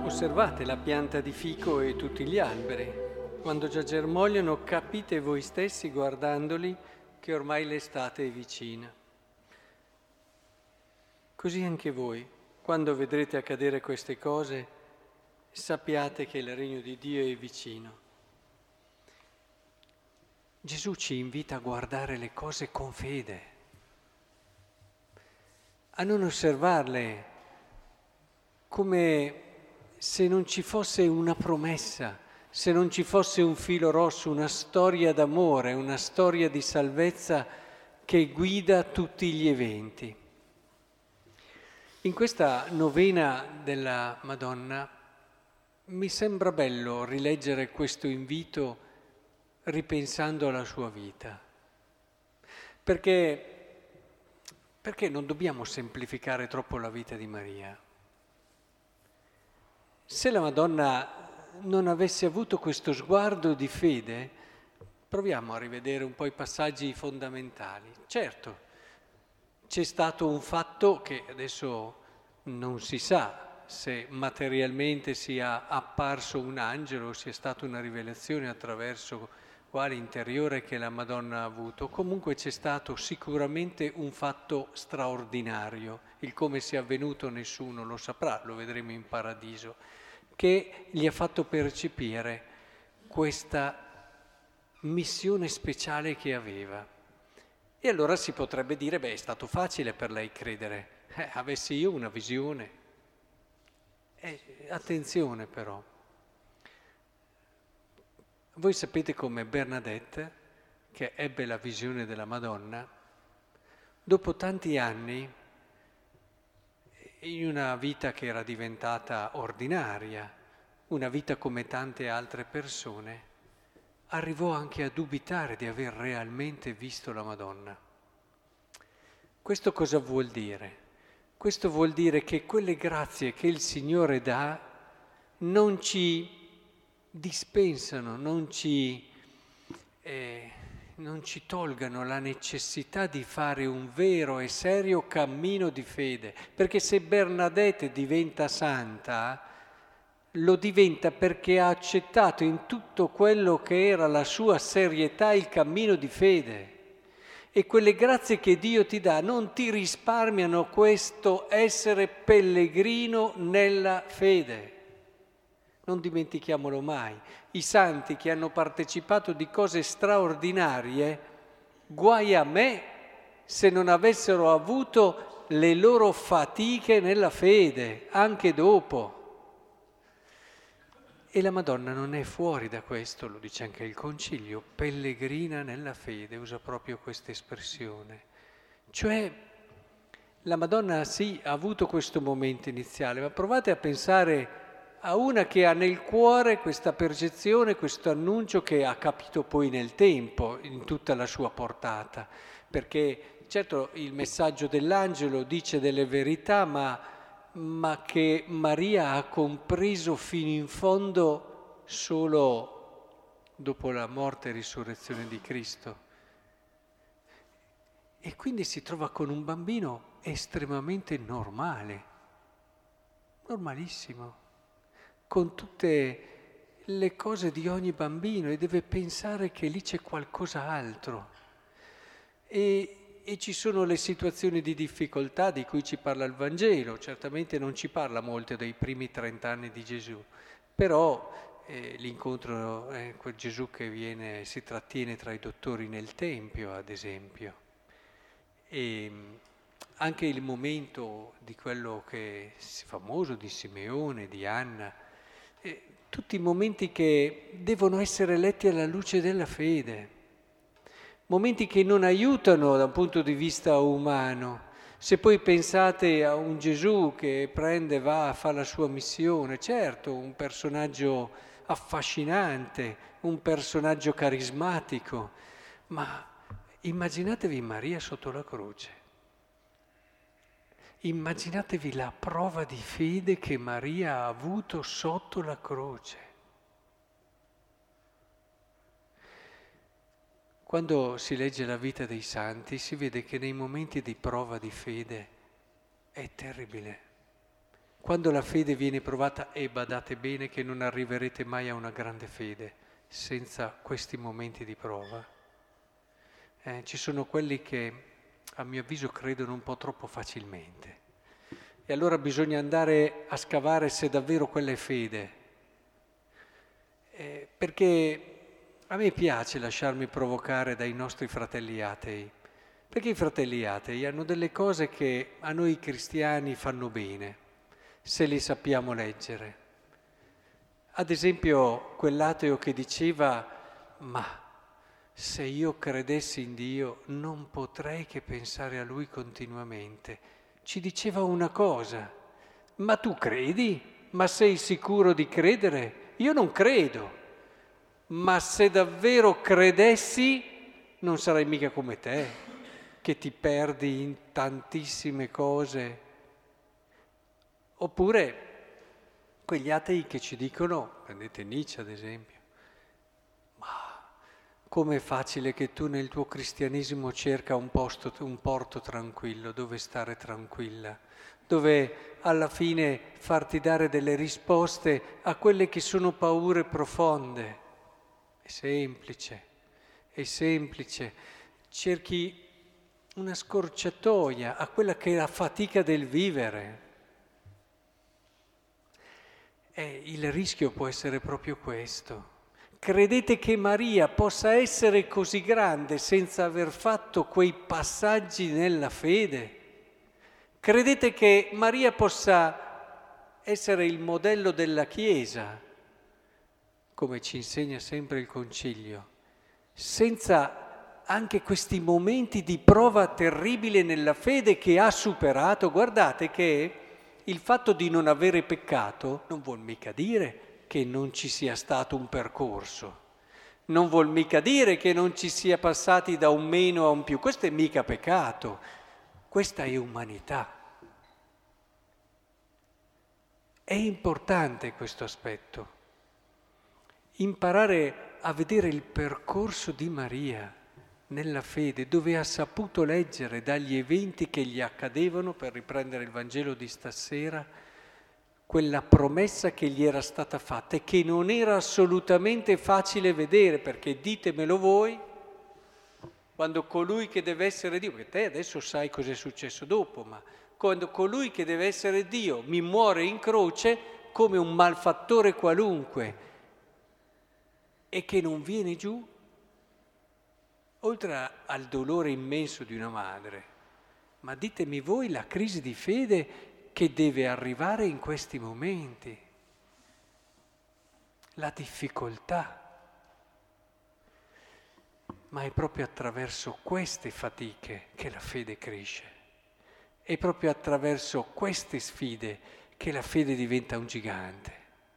Osservate la pianta di fico e tutti gli alberi. Quando già germogliano, capite voi stessi, guardandoli, che ormai l'estate è vicina. Così anche voi, quando vedrete accadere queste cose, sappiate che il regno di Dio è vicino. Gesù ci invita a guardare le cose con fede, a non osservarle come se non ci fosse una promessa, se non ci fosse un filo rosso, una storia d'amore, una storia di salvezza che guida tutti gli eventi. In questa novena della Madonna mi sembra bello rileggere questo invito ripensando alla sua vita, perché non dobbiamo semplificare troppo la vita di Maria. Se la Madonna non avesse avuto questo sguardo di fede, proviamo a rivedere un po' i passaggi fondamentali. Certo, c'è stato un fatto che adesso non si sa se materialmente sia apparso un angelo, sia stata una rivelazione attraverso quale interiore che la Madonna ha avuto. Comunque c'è stato sicuramente un fatto straordinario, il come sia avvenuto nessuno lo saprà, lo vedremo in paradiso, che gli ha fatto percepire questa missione speciale che aveva. E allora si potrebbe dire, è stato facile per lei credere, avessi io una visione. Attenzione però, voi sapete come Bernadette, che ebbe la visione della Madonna, dopo tanti anni, in una vita che era diventata ordinaria, una vita come tante altre persone, arrivò anche a dubitare di aver realmente visto la Madonna. Questo cosa vuol dire? Questo vuol dire che quelle grazie che il Signore dà non ci dispensano, non ci tolgano la necessità di fare un vero e serio cammino di fede, perché se Bernadette diventa santa, lo diventa perché ha accettato in tutto quello che era la sua serietà il cammino di fede. E quelle grazie che Dio ti dà non ti risparmiano questo essere pellegrino nella fede. Non dimentichiamolo mai. I santi che hanno partecipato di cose straordinarie, guai a me se non avessero avuto le loro fatiche nella fede, anche dopo. E la Madonna non è fuori da questo, lo dice anche il Concilio, pellegrina nella fede, usa proprio questa espressione. Cioè, la Madonna sì, ha avuto questo momento iniziale, ma provate a pensare a una che ha nel cuore questa percezione, questo annuncio che ha capito poi nel tempo, in tutta la sua portata. Perché certo il messaggio dell'angelo dice delle verità, ma che Maria ha compreso fino in fondo solo dopo la morte e risurrezione di Cristo. E quindi si trova con un bambino estremamente normale, normalissimo, con tutte le cose di ogni bambino e deve pensare che lì c'è qualcos'altro. E ci sono le situazioni di difficoltà di cui ci parla il Vangelo, certamente non ci parla molto dei primi 30 anni di Gesù, però l'incontro, quel Gesù che si trattiene tra i dottori nel Tempio, ad esempio, e anche il momento di quello che è famoso di Simeone, di Anna, tutti i momenti che devono essere letti alla luce della fede. Momenti che non aiutano da un punto di vista umano. Se poi pensate a un Gesù che prende, va a fare la sua missione, certo, un personaggio affascinante, un personaggio carismatico, ma immaginatevi Maria sotto la croce. Immaginatevi la prova di fede che Maria ha avuto sotto la croce. Quando si legge la vita dei santi si vede che nei momenti di prova di fede è terribile. quando la fede viene provata, e badate bene che non arriverete mai a una grande fede senza questi momenti di prova. Ci sono quelli che, a mio avviso, credono un po' troppo facilmente. E allora bisogna andare a scavare se davvero quella è fede. Perché a me piace lasciarmi provocare dai nostri fratelli atei, perché i fratelli atei hanno delle cose che a noi cristiani fanno bene, se li sappiamo leggere. Ad esempio quell'ateo che diceva: ma se io credessi in Dio non potrei che pensare a Lui continuamente. Ci diceva una cosa: ma tu credi? Ma sei sicuro di credere? Io non credo, ma se davvero credessi non sarei mica come te, che ti perdi in tantissime cose. Oppure quegli atei che ci dicono, prendete Nietzsche ad esempio, com'è facile che tu nel tuo cristianesimo cerca un porto tranquillo, dove stare tranquilla, dove alla fine farti dare delle risposte a quelle che sono paure profonde. È semplice. Cerchi una scorciatoia a quella che è la fatica del vivere. E il rischio può essere proprio questo. Credete che Maria possa essere così grande senza aver fatto quei passaggi nella fede? Credete che Maria possa essere il modello della Chiesa, come ci insegna sempre il Concilio, senza anche questi momenti di prova terribile nella fede che ha superato? Guardate che il fatto di non avere peccato non vuol mica dire che non ci sia stato un percorso, non vuol mica dire che non ci sia passati da un meno a un più. Questo è mica peccato, questa è umanità. È importante questo aspetto, imparare a vedere il percorso di Maria nella fede, dove ha saputo leggere dagli eventi che gli accadevano, per riprendere il Vangelo di stasera, quella promessa che gli era stata fatta e che non era assolutamente facile vedere, perché ditemelo voi, quando colui che deve essere Dio, perché te adesso sai cosa è successo dopo, ma quando colui che deve essere Dio mi muore in croce come un malfattore qualunque e che non viene giù, oltre al dolore immenso di una madre, ma ditemi voi la crisi di fede che deve arrivare in questi momenti, la difficoltà. Ma è proprio attraverso queste fatiche che la fede cresce, è proprio attraverso queste sfide che la fede diventa un gigante.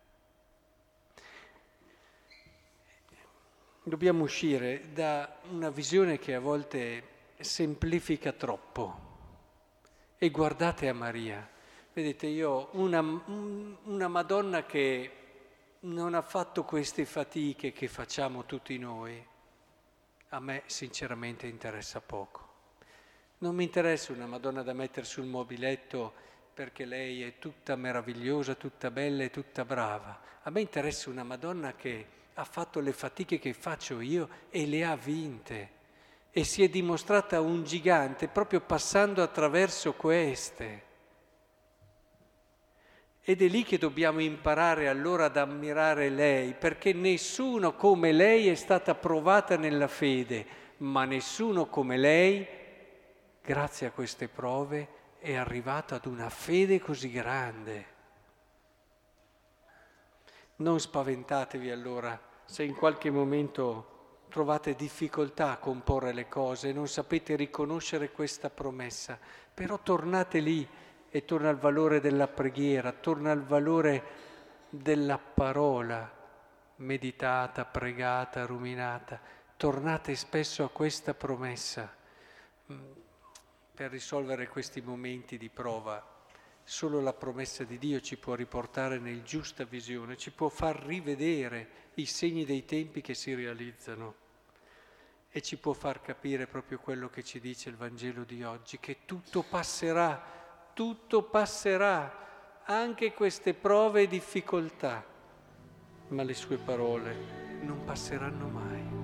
Dobbiamo uscire da una visione che a volte semplifica troppo. E guardate a Maria. Vedete, io ho una Madonna che non ha fatto queste fatiche che facciamo tutti noi. A me sinceramente interessa poco. Non mi interessa una Madonna da mettere sul mobiletto perché lei è tutta meravigliosa, tutta bella e tutta brava. A me interessa una Madonna che ha fatto le fatiche che faccio io e le ha vinte. E si è dimostrata un gigante proprio passando attraverso queste. Ed è lì che dobbiamo imparare allora ad ammirare lei, perché nessuno come lei è stata provata nella fede, ma nessuno come lei, grazie a queste prove, è arrivato ad una fede così grande. Non spaventatevi allora se in qualche momento trovate difficoltà a comporre le cose, non sapete riconoscere questa promessa, però tornate lì e torna al valore della preghiera, torna al valore della parola meditata, pregata, ruminata. Tornate spesso a questa promessa per risolvere questi momenti di prova. Solo la promessa di Dio ci può riportare nel giusta visione, ci può far rivedere i segni dei tempi che si realizzano e ci può far capire proprio quello che ci dice il Vangelo di oggi, che tutto passerà, anche queste prove e difficoltà, ma le sue parole non passeranno mai.